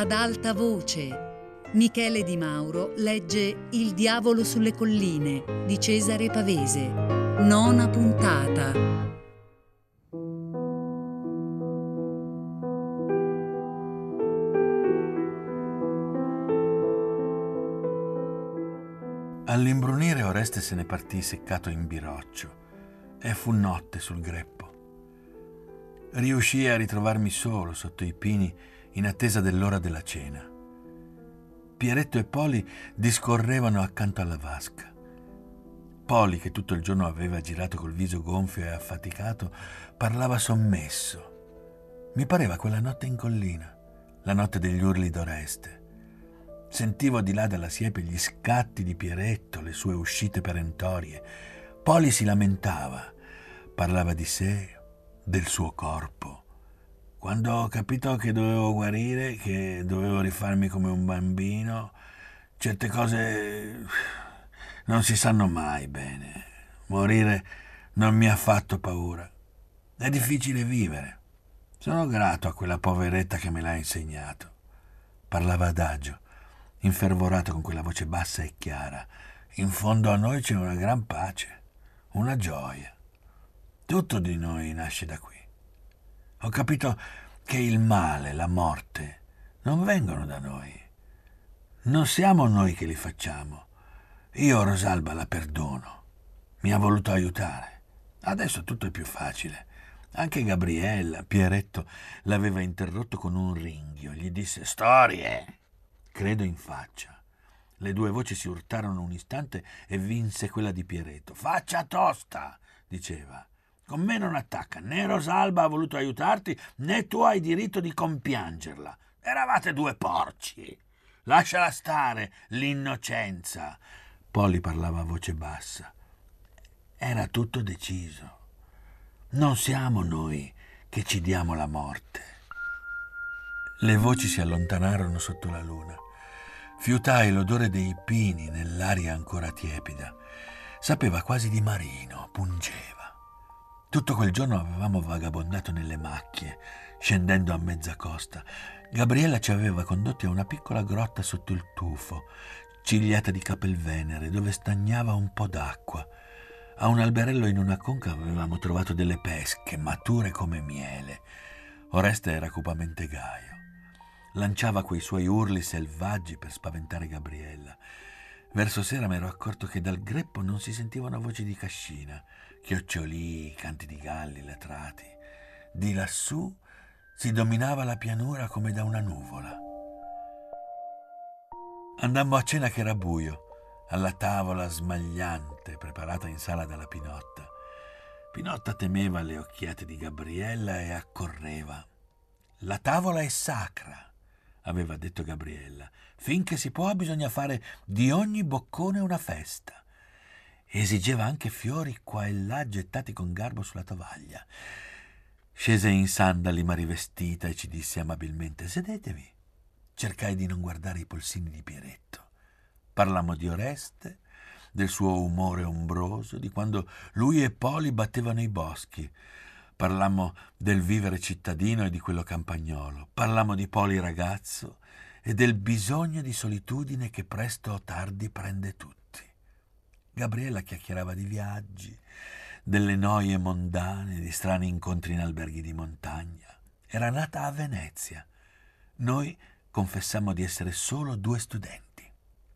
ad alta voce. Michele Di Mauro legge Il diavolo sulle colline di Cesare Pavese. 9ª puntata. All'imbrunire Oreste se ne partì seccato in biroccio e fu notte sul greppo. Riuscii a ritrovarmi solo sotto i pini in attesa dell'ora della cena. Pieretto e Poli discorrevano accanto alla vasca. Poli, che tutto il giorno aveva girato col viso gonfio e affaticato, parlava sommesso. Mi pareva quella notte in collina, la notte degli urli d'Oreste. Sentivo di là dalla siepe gli scatti di Pieretto, le sue uscite perentorie. Poli si lamentava, parlava di sé, del suo corpo. Quando ho capito che dovevo guarire, che dovevo rifarmi come un bambino, certe cose non si sanno mai bene. Morire non mi ha fatto paura. È difficile vivere. Sono grato a quella poveretta che me l'ha insegnato. Parlava adagio, infervorato con quella voce bassa e chiara. In fondo a noi c'è una gran pace, una gioia. Tutto di noi nasce da qui. Ho capito che il male, la morte, non vengono da noi. Non siamo noi che li facciamo. Io Rosalba la perdono. Mi ha voluto aiutare. Adesso tutto è più facile. Anche Gabriella, Pieretto, l'aveva interrotto con un ringhio. Gli disse storie. Credo in faccia. Le due voci si urtarono un istante e vinse quella di Pieretto. Faccia tosta, diceva. Con me non attacca, né Rosalba ha voluto aiutarti, né tu hai diritto di compiangerla. Eravate due porci. Lasciala stare, l'innocenza. Polly parlava a voce bassa. Era tutto deciso. Non siamo noi che ci diamo la morte. Le voci si allontanarono sotto la luna. Fiutai l'odore dei pini nell'aria ancora tiepida. Sapeva quasi di marino, pungeva. Tutto quel giorno avevamo vagabondato nelle macchie, scendendo a mezza costa. Gabriella ci aveva condotti a una piccola grotta sotto il tufo, cigliata di capelvenere, dove stagnava un po' d'acqua. A un alberello in una conca avevamo trovato delle pesche, mature come miele. Oreste era cupamente gaio. Lanciava quei suoi urli selvaggi per spaventare Gabriella. Verso sera m'ero accorto che dal greppo non si sentivano voci di cascina, chiocciolii, canti di galli latrati. Di lassù si dominava la pianura come da una nuvola. Andammo a cena che era buio, alla tavola smagliante preparata in sala dalla Pinotta. Pinotta temeva le occhiate di Gabriella e accorreva. La tavola è sacra, aveva detto Gabriella. Finché si può bisogna fare di ogni boccone una festa. Esigeva anche fiori qua e là gettati con garbo sulla tovaglia. Scese in sandali ma rivestita e ci disse amabilmente: sedetevi. Cercai di non guardare i polsini di Pieretto. Parlammo di Oreste, del suo umore ombroso, di quando lui e Poli battevano i boschi. Parlammo del vivere cittadino e di quello campagnolo. Parlammo di Poli ragazzo e del bisogno di solitudine che presto o tardi prende tutti. Gabriella chiacchierava di viaggi, delle noie mondane, di strani incontri in alberghi di montagna. Era nata a Venezia. Noi confessammo di essere solo 2 studenti.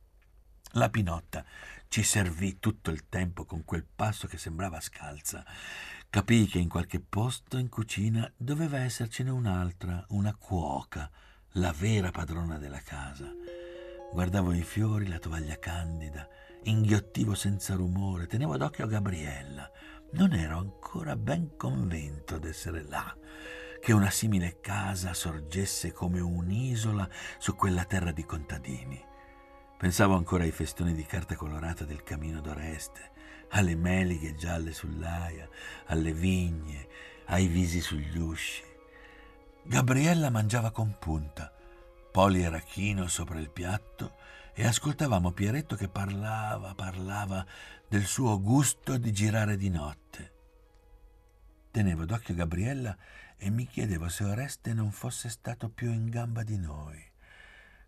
La Pinotta ci servì tutto il tempo con quel passo che sembrava scalza. Capii che in qualche posto in cucina doveva essercene un'altra, una cuoca, la vera padrona della casa. Guardavo i fiori, la tovaglia candida, inghiottivo senza rumore, tenevo d'occhio Gabriella. Non ero ancora ben convinto d'essere là, che una simile casa sorgesse come un'isola su quella terra di contadini. Pensavo ancora ai festoni di carta colorata del camino d'Oreste, alle melighe gialle sull'aia, alle vigne, ai visi sugli usci. Gabriella mangiava con punta, Poli era chino sopra il piatto e ascoltavamo Pieretto che parlava del suo gusto di girare di notte. Tenevo d'occhio Gabriella e mi chiedevo se Oreste non fosse stato più in gamba di noi.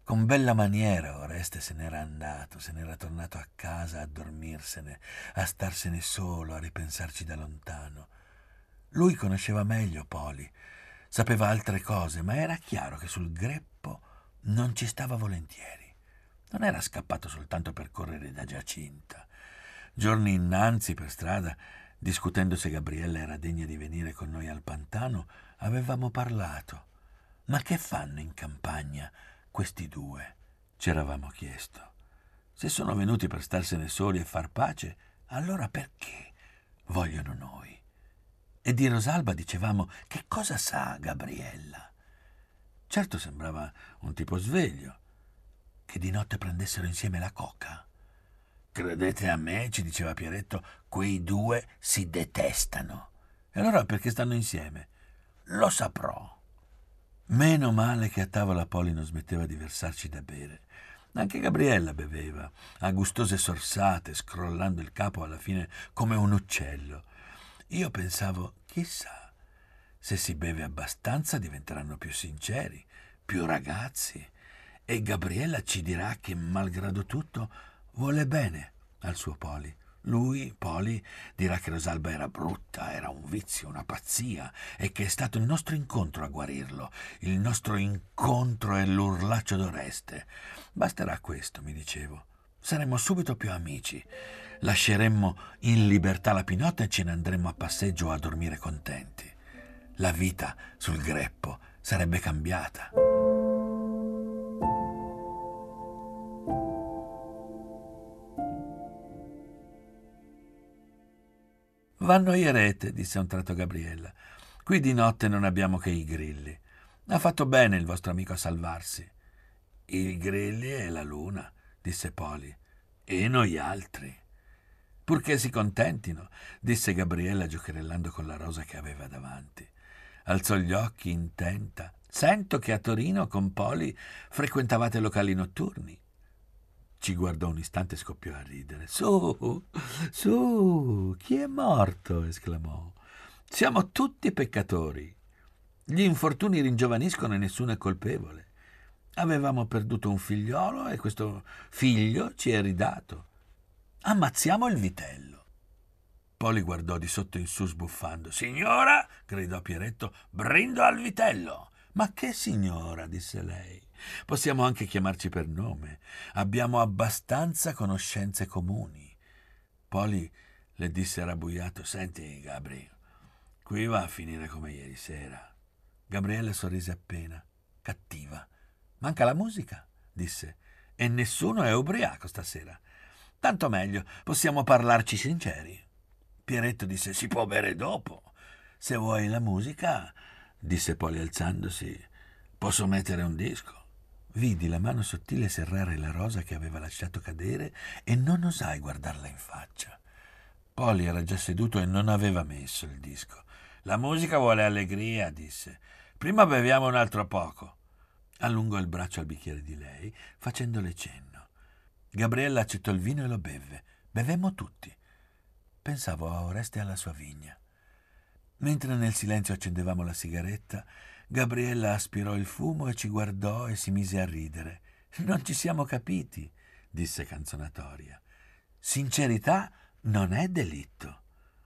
Con bella maniera Oreste se n'era andato, se n'era tornato a casa a dormirsene, a starsene solo, a ripensarci da lontano. Lui conosceva meglio Poli, sapeva altre cose, ma era chiaro che sul greppo non ci stava volentieri. Non era scappato soltanto per correre da Giacinta. Giorni innanzi, per strada, discutendo se Gabriella era degna di venire con noi al pantano, avevamo parlato. Ma che fanno in campagna questi due? Ci eravamo chiesto. Se sono venuti per starsene soli e far pace, allora perché vogliono noi? E di Rosalba dicevamo: che cosa sa Gabriella? Certo sembrava un tipo sveglio. Che di notte prendessero insieme la coca. Credete a me, ci diceva Pieretto, quei due si detestano. E allora perché stanno insieme? Lo saprò. Meno male che a tavola Poli non smetteva di versarci da bere. Anche Gabriella beveva, a gustose sorsate, scrollando il capo alla fine come un uccello. Io pensavo, chissà, se si beve abbastanza diventeranno più sinceri, più ragazzi, e Gabriella ci dirà che, malgrado tutto, vuole bene al suo Poli. Lui, Poli, dirà che Rosalba era brutta, era un vizio, una pazzia, e che è stato il nostro incontro a guarirlo. Il nostro incontro è l'urlaccio d'Oreste. Basterà questo, mi dicevo. Saremmo subito più amici. Lasceremmo in libertà la Pinotta e ce ne andremmo a passeggio o a dormire contenti. La vita sul greppo sarebbe cambiata. «Vannoierete», disse a un tratto Gabriella. «Qui di notte non abbiamo che i grilli. Ha fatto bene il vostro amico a salvarsi». «I grilli e la luna», disse Poli. «E noi altri». «Purché si contentino», disse Gabriella giocherellando con la rosa che aveva davanti. Alzò gli occhi intenta. «Sento che a Torino con Poli frequentavate locali notturni». Ci guardò un istante e scoppiò a ridere. «Su, su, chi è morto?» esclamò. «Siamo tutti peccatori. Gli infortuni ringiovaniscono e nessuno è colpevole. Avevamo perduto un figliolo e questo figlio ci è ridato. Ammazziamo il vitello». Poli guardò di sotto in su sbuffando. «Signora», gridò Pieretto, «brindo al vitello». «Ma che signora?» disse lei. «Possiamo anche chiamarci per nome. Abbiamo abbastanza conoscenze comuni». Poli le disse rabbuiato: «Senti, Gabri, qui va a finire come ieri sera». Gabriella sorrise appena. «Cattiva. Manca la musica», disse, «e nessuno è ubriaco stasera. Tanto meglio, possiamo parlarci sinceri». Pieretto disse: «Si può bere dopo. Se vuoi la musica», disse Poli alzandosi, «posso mettere un disco». Vidi la mano sottile serrare la rosa che aveva lasciato cadere e non osai guardarla in faccia. Poli era già seduto e non aveva messo il disco. «La musica vuole allegria», disse. «Prima beviamo un altro poco». Allungò il braccio al bicchiere di lei, facendole cenno. Gabriella accettò il vino e lo bevve. Bevemmo tutti. Pensavo a Oreste e alla sua vigna. Mentre nel silenzio accendevamo la sigaretta, Gabriella aspirò il fumo e ci guardò e si mise a ridere. «Non ci siamo capiti», disse canzonatoria. «Sincerità non è delitto.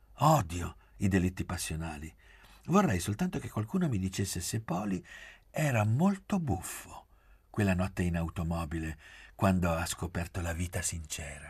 Odio i delitti passionali. Vorrei soltanto che qualcuno mi dicesse se Poli era molto buffo quella notte in automobile quando ha scoperto la vita sincera».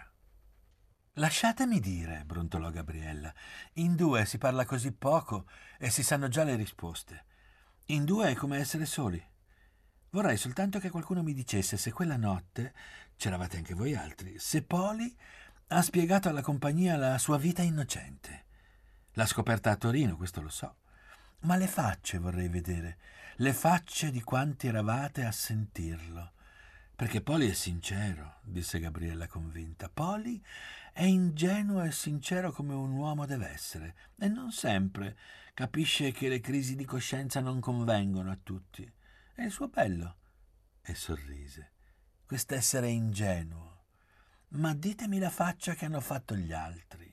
«Lasciatemi dire», brontolò Gabriella, «in due si parla così poco e si sanno già le risposte. In due è come essere soli. Vorrei soltanto che qualcuno mi dicesse se quella notte, c'eravate anche voi altri, se Poli ha spiegato alla compagnia la sua vita innocente. L'ha scoperta a Torino, questo lo so. Ma le facce vorrei vedere, le facce di quanti eravate a sentirlo. Perché Poli è sincero», disse Gabriella convinta. «Poli è ingenuo e sincero come un uomo deve essere, e non sempre capisce che le crisi di coscienza non convengono a tutti. È il suo bello». E sorrise. «Quest'essere ingenuo. Ma ditemi la faccia che hanno fatto gli altri».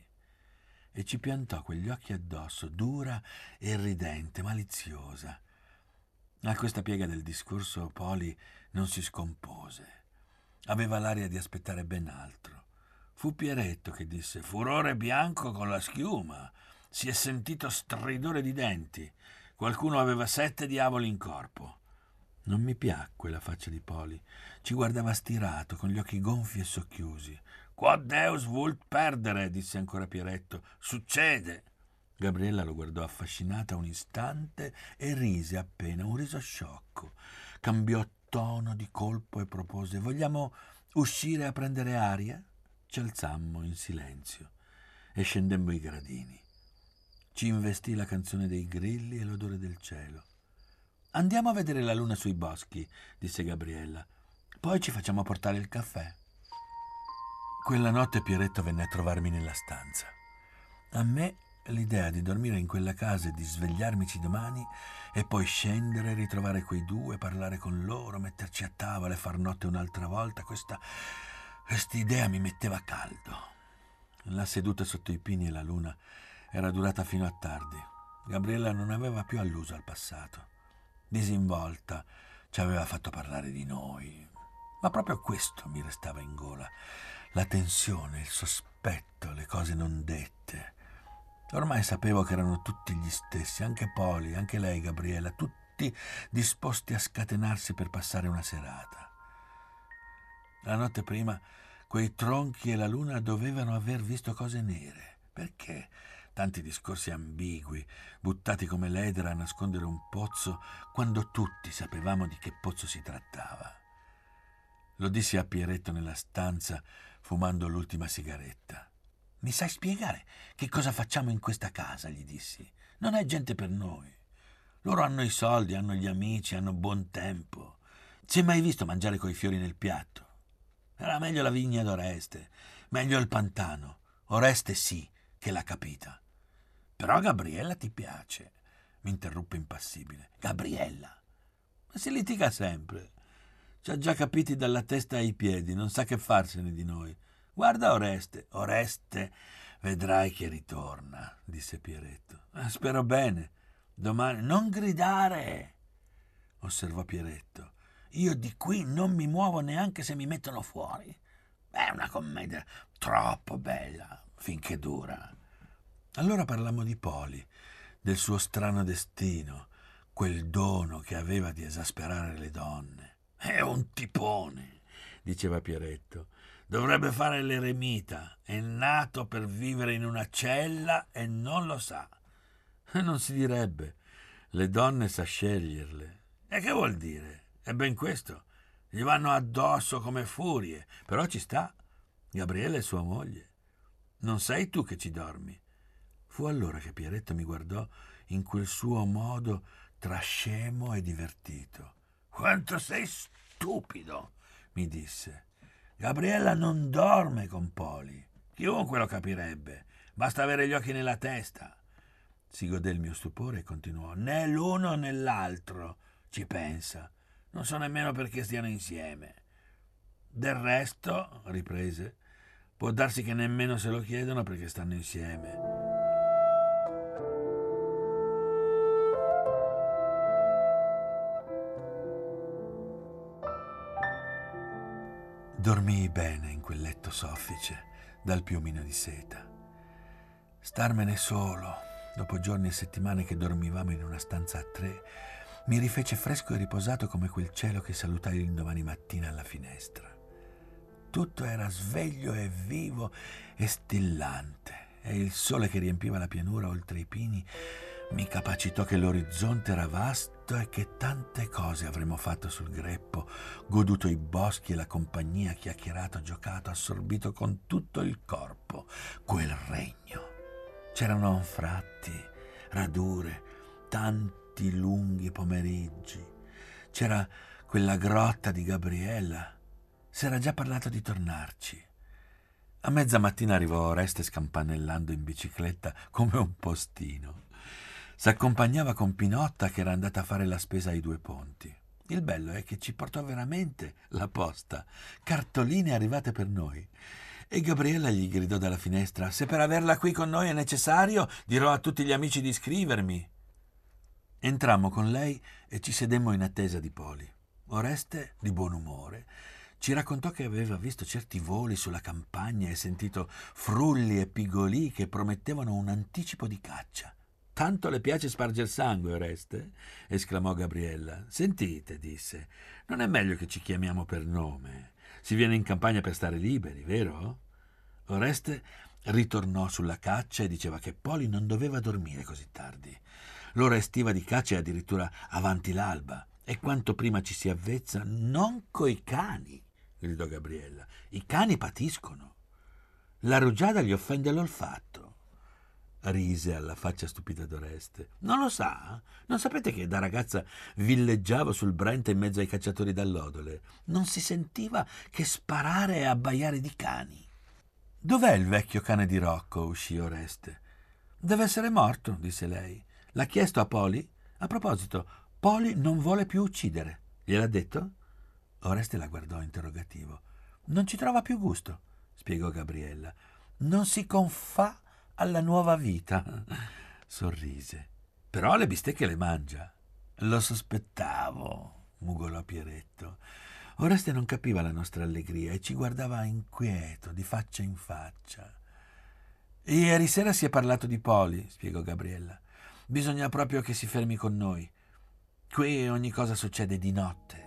E ci piantò quegli occhi addosso, dura e ridente, maliziosa. A questa piega del discorso Poli non si scompose. Aveva l'aria di aspettare ben altro. Fu Pieretto che disse: «Furore bianco con la schiuma. Si è sentito stridore di denti. Qualcuno aveva 7 diavoli in corpo». Non mi piacque la faccia di Poli. Ci guardava stirato, con gli occhi gonfi e socchiusi. «Quod Deus vult perdere», disse ancora Pieretto. «Succede». Gabriella lo guardò affascinata un istante e rise appena, un riso sciocco. Cambiò tono di colpo e propose: «Vogliamo uscire a prendere aria?» Ci alzammo in silenzio e scendemmo i gradini. Ci investì la canzone dei grilli e l'odore del cielo. «Andiamo a vedere la luna sui boschi», disse Gabriella. «Poi ci facciamo portare il caffè». Quella notte Pieretto venne a trovarmi nella stanza. A me l'idea di dormire in quella casa e di svegliarmici domani e poi scendere, ritrovare quei due, parlare con loro, metterci a tavola e far notte un'altra volta, quest'idea mi metteva caldo. La seduta sotto i pini e la luna era durata fino a tardi. Gabriella non aveva più alluso al passato. Disinvolta ci aveva fatto parlare di noi, ma proprio questo mi restava in gola: la tensione, il sospetto, le cose non dette. Ormai sapevo che erano tutti gli stessi, anche Poli, anche lei, Gabriella, tutti disposti a scatenarsi per passare una serata. La notte prima quei tronchi e la luna dovevano aver visto cose nere. Perché tanti discorsi ambigui, buttati come l'edera a nascondere un pozzo, quando tutti sapevamo di che pozzo si trattava? Lo dissi a Pieretto nella stanza, fumando l'ultima sigaretta. «Mi sai spiegare che cosa facciamo in questa casa?» gli dissi. «Non è gente per noi. Loro hanno i soldi, hanno gli amici, hanno buon tempo. Si è mai visto mangiare coi fiori nel piatto? Era meglio la vigna d'Oreste, meglio il pantano. Oreste sì che l'ha capita». «Però Gabriella ti piace», mi interruppe impassibile. «Gabriella? Ma si litiga sempre. Ci ha già capiti dalla testa ai piedi, non sa che farsene di noi. Guarda Oreste». «Oreste vedrai che ritorna», disse Pieretto. «Spero bene. Domani». «Non gridare», osservò Pieretto. «Io di qui non mi muovo neanche se mi mettono fuori. È una commedia troppo bella finché dura». Allora parlammo di Poli, del suo strano destino, quel dono che aveva di esasperare le donne. «È un tipone», diceva Pieretto. «Dovrebbe fare l'eremita. È nato per vivere in una cella e non lo sa». «Non si direbbe. Le donne sa sceglierle». «E che vuol dire? È ben questo. Gli vanno addosso come furie. Però ci sta. Gabriella è sua moglie. Non sei tu che ci dormi». Fu allora che Pieretto mi guardò in quel suo modo tra scemo e divertito. «Quanto sei stupido», mi disse. «Gabriella non dorme con Poli. Chiunque lo capirebbe. Basta avere gli occhi nella testa». Si godé il mio stupore e continuò: «Né l'uno né l'altro ci pensa. Non so nemmeno perché stiano insieme. Del resto», riprese, «può darsi che nemmeno se lo chiedono perché stanno insieme». Dormii bene in quel letto soffice dal piumino di seta. Starmene solo, dopo giorni e settimane che dormivamo in una stanza a 3, mi rifece fresco e riposato come quel cielo che salutai l'indomani mattina alla finestra. Tutto era sveglio e vivo e stillante, e il sole che riempiva la pianura oltre i pini mi capacitò che l'orizzonte era vasto e che tante cose avremmo fatto sul greppo, goduto i boschi e la compagnia, chiacchierato, giocato, assorbito con tutto il corpo quel regno. C'erano anfratti, radure, tanti lunghi pomeriggi. C'era quella grotta di Gabriella. S'era già parlato di tornarci. A mezza mattina arrivò Oreste scampanellando in bicicletta come un postino. S'accompagnava con Pinotta che era andata a fare la spesa ai 2 ponti. Il bello è che ci portò veramente la posta, cartoline arrivate per noi. E Gabriella gli gridò dalla finestra: «Se per averla qui con noi è necessario, dirò a tutti gli amici di scrivermi». Entrammo con lei e ci sedemmo in attesa di Poli. Oreste, di buon umore, ci raccontò che aveva visto certi voli sulla campagna e sentito frulli e pigolii che promettevano un anticipo di caccia. «Tanto le piace sparger sangue, Oreste?» esclamò Gabriella. «Sentite», disse, «non è meglio che ci chiamiamo per nome? Si viene in campagna per stare liberi, vero?» Oreste ritornò sulla caccia e diceva che Poli non doveva dormire così tardi. L'ora estiva di caccia è addirittura avanti l'alba e quanto prima ci si avvezza, non coi cani, gridò Gabriella. I cani patiscono. La rugiada gli offende l'olfatto. Rise alla faccia stupida d'Oreste. Non lo sa? Non sapete che da ragazza villeggiavo sul Brenta in mezzo ai cacciatori d'allodole? Non si sentiva che sparare e abbaiare di cani. Dov'è il vecchio cane di Rocco? Uscì Oreste. Deve essere morto, disse lei. L'ha chiesto a Poli? A proposito, Poli non vuole più uccidere. Gliel'ha detto? Oreste la guardò interrogativo. Non ci trova più gusto, spiegò Gabriella. Non si confà alla nuova vita. Sorrise. Però le bistecche le mangia. Lo sospettavo, mugolò Pieretto. Oreste non capiva la nostra allegria e ci guardava inquieto, di faccia in faccia. Ieri sera si è parlato di Poli, spiegò Gabriella. Bisogna proprio che si fermi con noi. Qui ogni cosa succede di notte.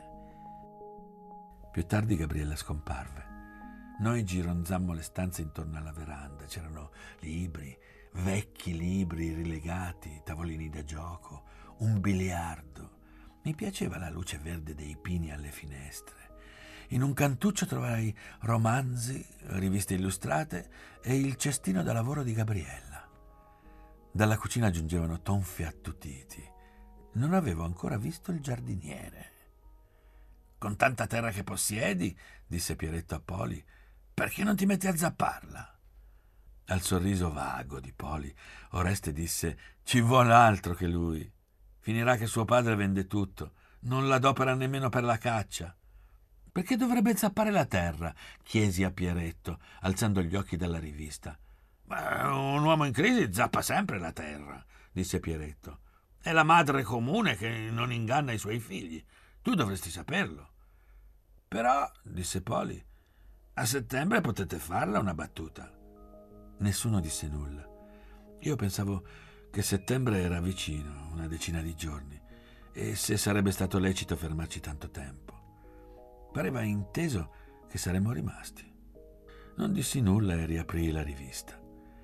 Più tardi Gabriella scomparve. Noi gironzammo le stanze intorno alla veranda. C'erano libri, vecchi libri rilegati, tavolini da gioco, un biliardo. Mi piaceva la luce verde dei pini alle finestre. In un cantuccio trovai romanzi, riviste illustrate e il cestino da lavoro di Gabriella. Dalla cucina giungevano tonfi attutiti. Non avevo ancora visto il giardiniere. «Con tanta terra che possiedi», disse Pieretto a Poli, «perché non ti metti a zapparla?» Al sorriso vago di Poli, Oreste disse: «Ci vuole altro che lui. Finirà che suo padre vende tutto, non l'adopera nemmeno per la caccia». «Perché dovrebbe zappare la terra?» chiesi a Pieretto, alzando gli occhi dalla rivista. «Un uomo in crisi zappa sempre la terra», disse Pieretto. «È la madre comune che non inganna i suoi figli. Tu dovresti saperlo». «Però», disse Poli, «a settembre potete farla una battuta». Nessuno disse nulla. Io pensavo che settembre era vicino, una decina di giorni, e se sarebbe stato lecito fermarci tanto tempo. Pareva inteso che saremmo rimasti. Non dissi nulla e riaprii la rivista.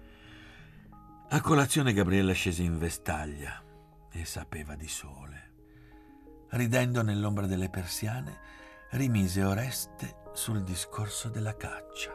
A colazione Gabriella scese in vestaglia e sapeva di sole. Ridendo nell'ombra delle persiane, rimise Oreste sul discorso della caccia.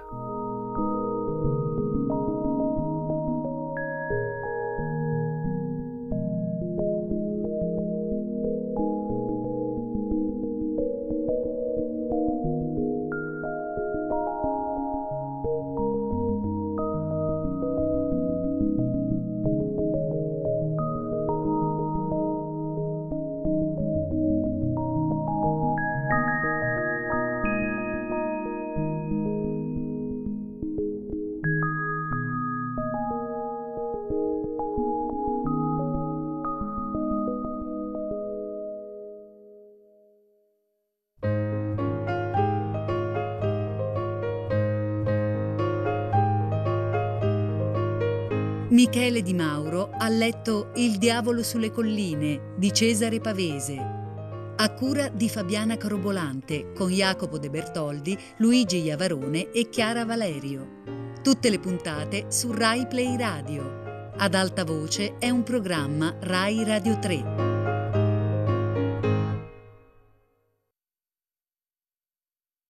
Michele Di Mauro ha letto Il diavolo sulle colline di Cesare Pavese, a cura di Fabiana Carobolante, con Jacopo De Bertoldi, Luigi Iavarone e Chiara Valerio. Tutte le puntate su Rai Play Radio. Ad alta voce è un programma Rai Radio 3.